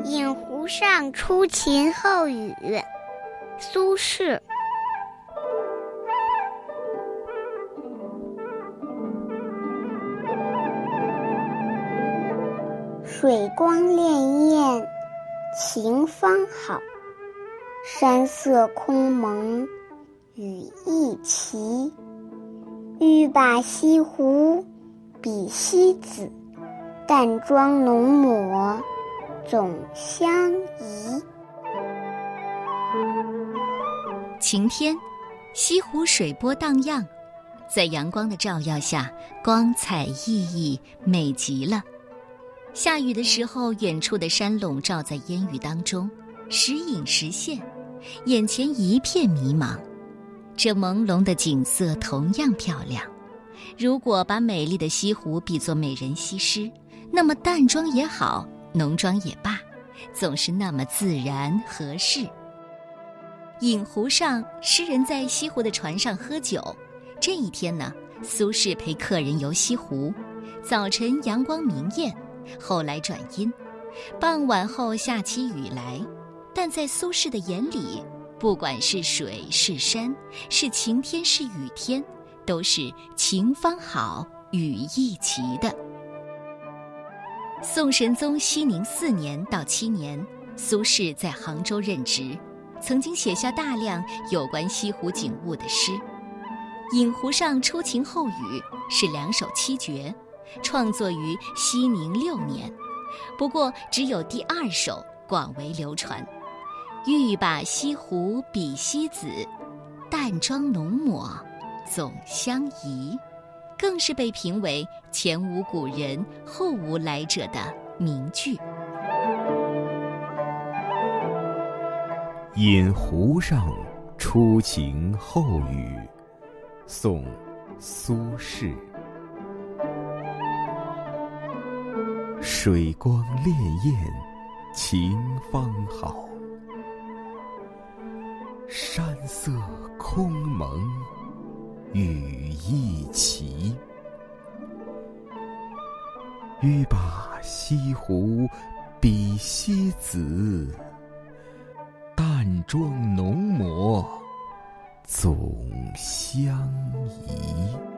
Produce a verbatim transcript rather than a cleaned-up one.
饮湖上初晴后雨，苏轼。水光潋滟晴方好，山色空蒙雨亦奇。欲把西湖比西子，淡妆浓抹总相宜。 晴天，西湖水波荡漾，在阳光的照耀下，光彩熠熠，美极了。下雨的时候，远处的山笼罩在烟雨当中，时隐时现，眼前一片迷茫。这朦胧的景色同样漂亮。如果把美丽的西湖比作美人西施，那么淡妆也好，浓妆也罢，总是那么自然合适。饮湖上，诗人在西湖的船上喝酒。这一天呢，苏轼陪客人游西湖，早晨阳光明艳，后来转阴，傍晚后下起雨来。但在苏轼的眼里，不管是水是山，是晴天是雨天，都是晴方好雨亦奇的。宋神宗熙宁四年到七年，苏轼在杭州任职，曾经写下大量有关西湖景物的诗。饮湖上初晴后雨是两首七绝，创作于熙宁六年，不过只有第二首广为流传。欲把西湖比西子，淡妆浓抹总相宜，更是被评为前无古人后无来者的名句。 饮湖上初晴后雨，宋·苏轼。水光潋滟晴方好，山色空蒙雨亦奇。欲把西湖比西子，淡妆浓抹总相宜。